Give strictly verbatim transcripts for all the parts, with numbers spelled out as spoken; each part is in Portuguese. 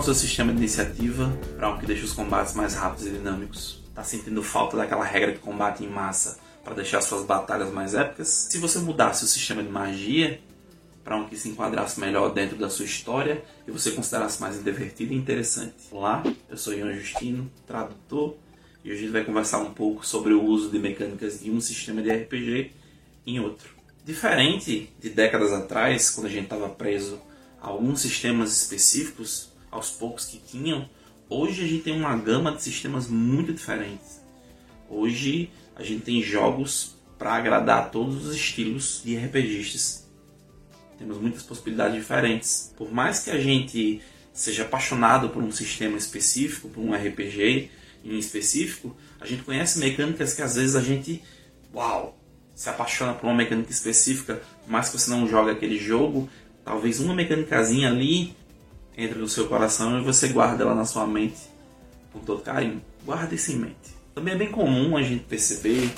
seu sistema de iniciativa para algo que deixe os combates mais rápidos e dinâmicos? Está sentindo falta daquela regra de combate em massa para deixar suas batalhas mais épicas? Se você mudasse o sistema de magia para um que se enquadrasse melhor dentro da sua história e você considerasse mais divertido e interessante. Olá, eu sou Ian Justino, tradutor, e hoje a gente vai conversar um pouco sobre o uso de mecânicas de um sistema de R P G em outro. Diferente de décadas atrás, quando a gente estava preso a alguns sistemas específicos, aos poucos que tinham, hoje a gente tem uma gama de sistemas muito diferentes. Hoje a gente tem jogos para agradar todos os estilos de RPGistas. Temos muitas possibilidades diferentes. Por mais que a gente seja apaixonado por um sistema específico, por um R P G em específico, a gente conhece mecânicas que às vezes a gente, uau, se apaixona por uma mecânica específica, por mais que você não jogue aquele jogo, talvez uma mecânicazinha ali entre no seu coração e você guarda ela na sua mente com todo carinho. Guarda isso em mente. Também é bem comum a gente perceber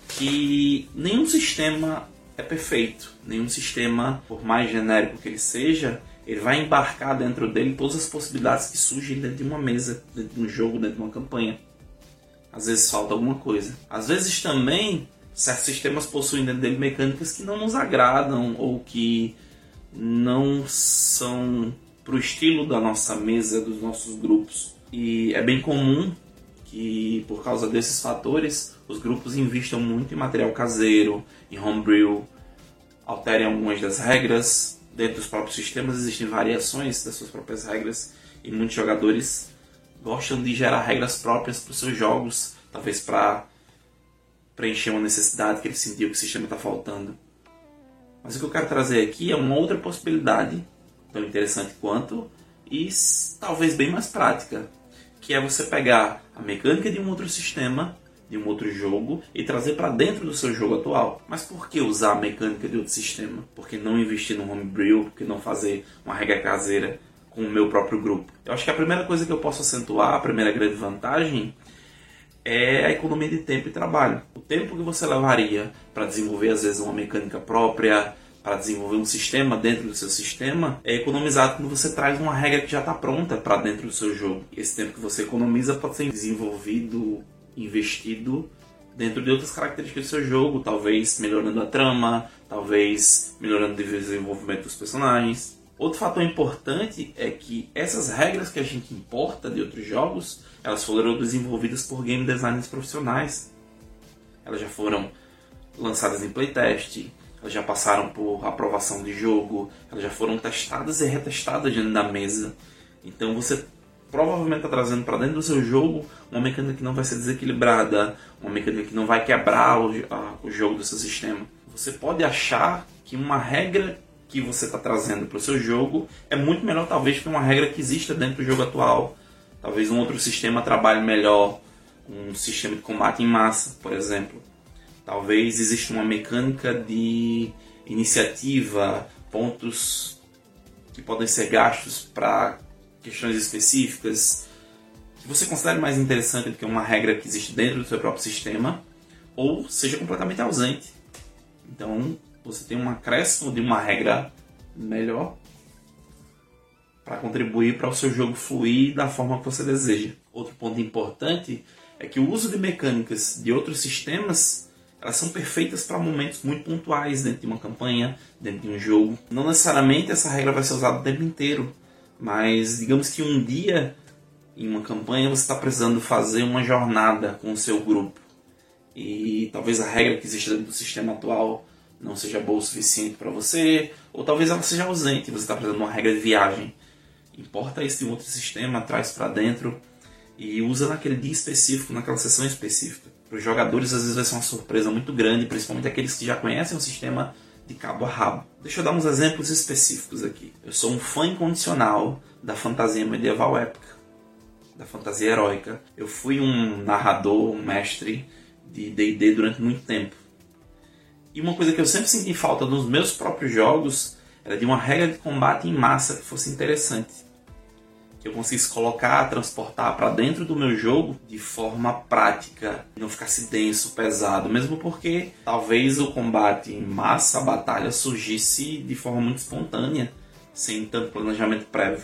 que nenhum sistema é perfeito. Nenhum sistema, por mais genérico que ele seja, ele vai embarcar dentro dele todas as possibilidades que surgem dentro de uma mesa, dentro de um jogo, dentro de uma campanha. Às vezes falta alguma coisa. Às vezes também, certos sistemas possuem dentro dele mecânicas que não nos agradam ou que não são para o estilo da nossa mesa, dos nossos grupos. E é bem comum que, por causa desses fatores, os grupos investam muito em material caseiro, em homebrew, alterem algumas das regras. Dentro dos próprios sistemas existem variações das suas próprias regras e muitos jogadores gostam de gerar regras próprias para os seus jogos, talvez para preencher uma necessidade que ele sentiu que o sistema está faltando. Mas o que eu quero trazer aqui é uma outra possibilidade, tão interessante quanto, e talvez bem mais prática, que é você pegar a mecânica de um outro sistema, de um outro jogo, e trazer para dentro do seu jogo atual. Mas por que usar a mecânica de outro sistema? Por que não investir no homebrew? Por que não fazer uma regra caseira com o meu próprio grupo? Eu acho que a primeira coisa que eu posso acentuar, a primeira grande vantagem, é a economia de tempo e trabalho. O tempo que você levaria para desenvolver, às vezes, uma mecânica própria, para desenvolver um sistema dentro do seu sistema, é economizado quando você traz uma regra que já está pronta para dentro do seu jogo. Esse tempo que você economiza pode ser desenvolvido, investido dentro de outras características do seu jogo, talvez melhorando a trama, talvez melhorando o desenvolvimento dos personagens. Outro fator importante é que essas regras que a gente importa de outros jogos, elas foram desenvolvidas por game designers profissionais. Elas já foram lançadas em playtest, elas já passaram por aprovação de jogo, elas já foram testadas e retestadas dentro da mesa. Então você provavelmente está trazendo para dentro do seu jogo uma mecânica que não vai ser desequilibrada, uma mecânica que não vai quebrar o, a, o jogo do seu sistema. Você pode achar que uma regra que você está trazendo para o seu jogo é muito melhor talvez que uma regra que exista dentro do jogo atual. Talvez um outro sistema trabalhe melhor, um sistema de combate em massa, por exemplo. Talvez exista uma mecânica de iniciativa, pontos que podem ser gastos para questões específicas, que você considere mais interessante do que uma regra que existe dentro do seu próprio sistema, ou seja completamente ausente. Então, você tem um acréscimo de uma regra melhor para contribuir para o seu jogo fluir da forma que você deseja. Outro ponto importante é que o uso de mecânicas de outros sistemas, elas são perfeitas para momentos muito pontuais dentro de uma campanha, dentro de um jogo. Não necessariamente essa regra vai ser usada o tempo inteiro, mas digamos que um dia em uma campanha você está precisando fazer uma jornada com o seu grupo e talvez a regra que existe dentro do sistema atual não seja boa o suficiente para você, ou talvez ela seja ausente, você está precisando de uma regra de viagem. Importa isso de um outro sistema, traz para dentro e usa naquele dia específico, naquela sessão específica. Para os jogadores às vezes vai ser uma surpresa muito grande, principalmente aqueles que já conhecem o sistema de cabo a rabo. Deixa eu dar uns exemplos específicos aqui. Eu sou um fã incondicional da fantasia medieval épica, da fantasia heróica. Eu fui um narrador, um mestre de D e D durante muito tempo. E uma coisa que eu sempre senti falta nos meus próprios jogos era de uma regra de combate em massa que fosse interessante. Que eu conseguisse colocar, transportar para dentro do meu jogo de forma prática, não ficasse denso, pesado, mesmo porque talvez o combate em massa, a batalha, surgisse de forma muito espontânea, sem tanto planejamento prévio.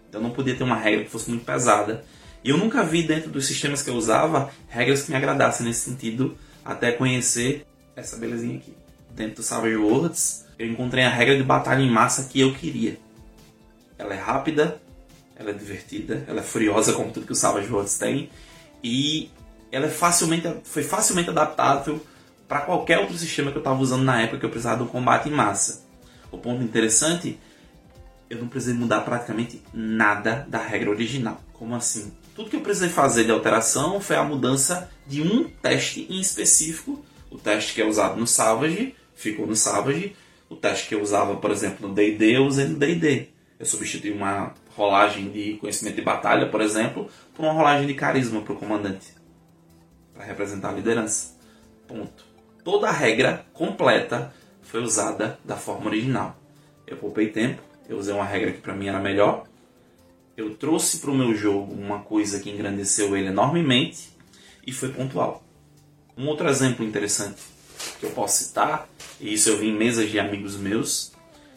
Então não podia ter uma regra que fosse muito pesada. E eu nunca vi dentro dos sistemas que eu usava regras que me agradassem nesse sentido, até conhecer essa belezinha aqui. Dentro do Savage Worlds, eu encontrei a regra de batalha em massa que eu queria. Ela é rápida, ela é divertida, ela é furiosa como tudo que o Savage Worlds tem, e ela é facilmente, foi facilmente adaptável para qualquer outro sistema que eu estava usando na época que eu precisava de um combate em massa. O ponto interessante, eu não precisei mudar praticamente nada da regra original. Como assim? Tudo que eu precisei fazer de alteração foi a mudança de um teste em específico. O teste que é usado no Savage ficou no Savage. O teste que eu usava, por exemplo, no D e D, eu usei no D e D. Eu substituí uma rolagem de conhecimento de batalha, por exemplo, por uma rolagem de carisma para o comandante, para representar a liderança. Ponto. Toda a regra completa foi usada da forma original. Eu poupei tempo, eu usei uma regra que para mim era melhor. Eu trouxe para o meu jogo uma coisa que engrandeceu ele enormemente e foi pontual. Um outro exemplo interessante que eu posso citar, e isso eu vi em mesas de amigos meus,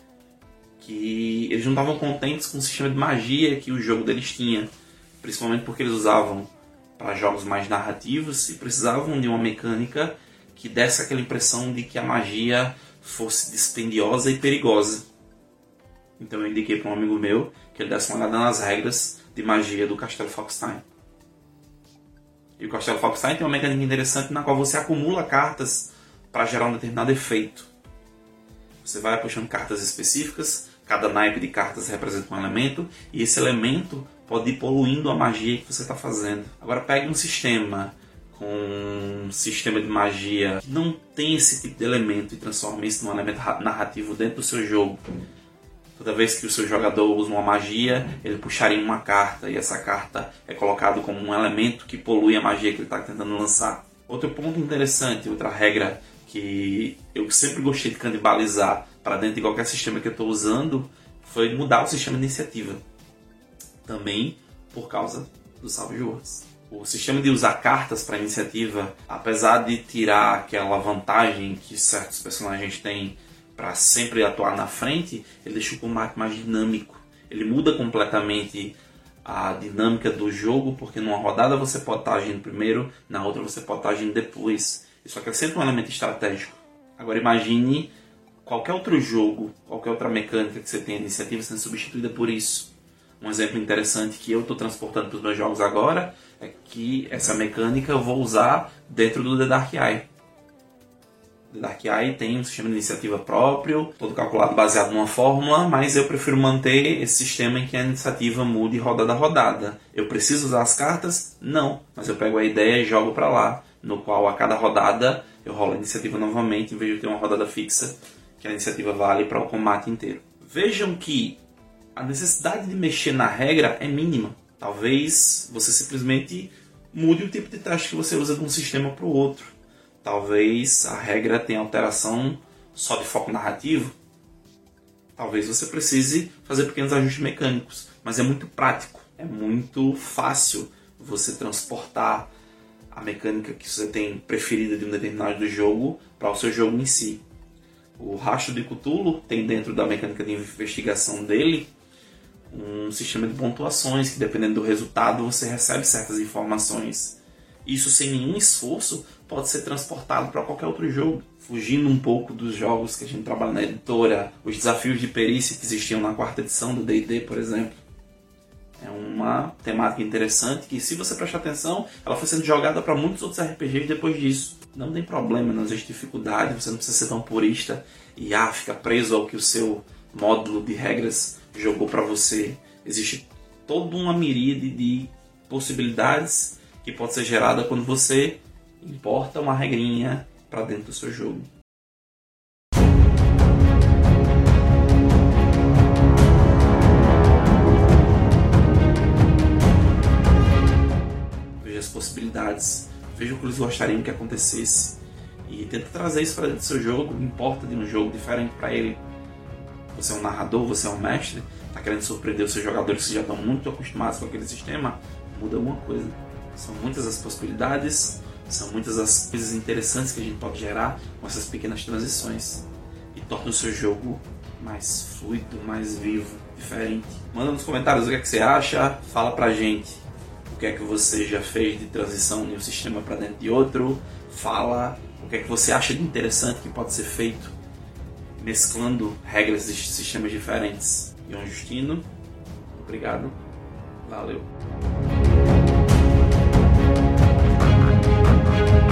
que eles não estavam contentes com o sistema de magia que o jogo deles tinha, principalmente porque eles usavam para jogos mais narrativos e precisavam de uma mecânica que desse aquela impressão de que a magia fosse dispendiosa e perigosa. Então eu indiquei para um amigo meu que ele desse uma olhada nas regras de magia do Castelo Falkenstein. E o Castelo Falkenstein tem uma mecânica interessante na qual você acumula cartas para gerar um determinado efeito. Você vai puxando cartas específicas, cada naipe de cartas representa um elemento, e esse elemento pode ir poluindo a magia que você está fazendo. Agora pegue um sistema com um sistema de magia que não tem esse tipo de elemento e transforme isso num elemento narrativo dentro do seu jogo. Toda vez que o seu jogador usa uma magia, ele puxaria uma carta, e essa carta é colocada como um elemento que polui a magia que ele está tentando lançar. Outro ponto interessante, outra regra que eu sempre gostei de canibalizar para dentro de qualquer sistema que eu estou usando, foi mudar o sistema de iniciativa. Também por causa do Savage Worlds. O sistema de usar cartas para iniciativa, apesar de tirar aquela vantagem que certos personagens têm para sempre atuar na frente, ele deixa o combate mais dinâmico. Ele muda completamente a dinâmica do jogo, porque numa rodada você pode estar agindo primeiro, na outra você pode estar agindo depois. Isso acrescenta um elemento estratégico. Agora imagine qualquer outro jogo, qualquer outra mecânica que você tenha de iniciativa sendo substituída por isso. Um exemplo interessante que eu estou transportando para os meus jogos agora é que essa mecânica eu vou usar dentro do The Dark Eye. The Dark Eye tem um sistema de iniciativa próprio, todo calculado baseado numa fórmula, mas eu prefiro manter esse sistema em que a iniciativa mude rodada a rodada. Eu preciso usar as cartas? Não, mas eu pego a ideia e jogo para lá, no qual a cada rodada eu rolo a iniciativa novamente, em vez de ter uma rodada fixa, que a iniciativa vale para o combate inteiro. Vejam que a necessidade de mexer na regra é mínima. Talvez você simplesmente mude o tipo de teste que você usa de um sistema para o outro. Talvez a regra tenha alteração só de foco narrativo. Talvez você precise fazer pequenos ajustes mecânicos. Mas é muito prático, é muito fácil você transportar a mecânica que você tem preferida de um determinado jogo para o seu jogo em si. O Rastro de Cthulhu tem dentro da mecânica de investigação dele um sistema de pontuações que, dependendo do resultado, você recebe certas informações. Isso, sem nenhum esforço, pode ser transportado para qualquer outro jogo. Fugindo um pouco dos jogos que a gente trabalha na editora, os desafios de perícia que existiam na quarta edição do D e D, por exemplo. É uma temática interessante que, se você prestar atenção, ela foi sendo jogada para muitos outros R P Gs depois disso. Não tem problema, não existe dificuldade, você não precisa ser tão purista e ah, fica preso ao que o seu módulo de regras jogou para você. Existe toda uma miríade de possibilidades que pode ser gerada quando você importa uma regrinha para dentro do seu jogo. Veja as possibilidades, veja o que eles gostariam que acontecesse e tenta trazer isso para dentro do seu jogo. Importa de um jogo diferente para ele. Você é um narrador, você é um mestre, está querendo surpreender os seus jogadores que já estão muito acostumados com aquele sistema, muda alguma coisa. São muitas as possibilidades, são muitas as coisas interessantes que a gente pode gerar com essas pequenas transições. E torna o seu jogo mais fluido, mais vivo, diferente. Manda nos comentários o que é que você acha, fala pra gente o que é que você já fez de transição de um sistema para dentro de outro, fala o que é que você acha de interessante que pode ser feito mesclando regras de sistemas diferentes. Ion Justino, obrigado, valeu.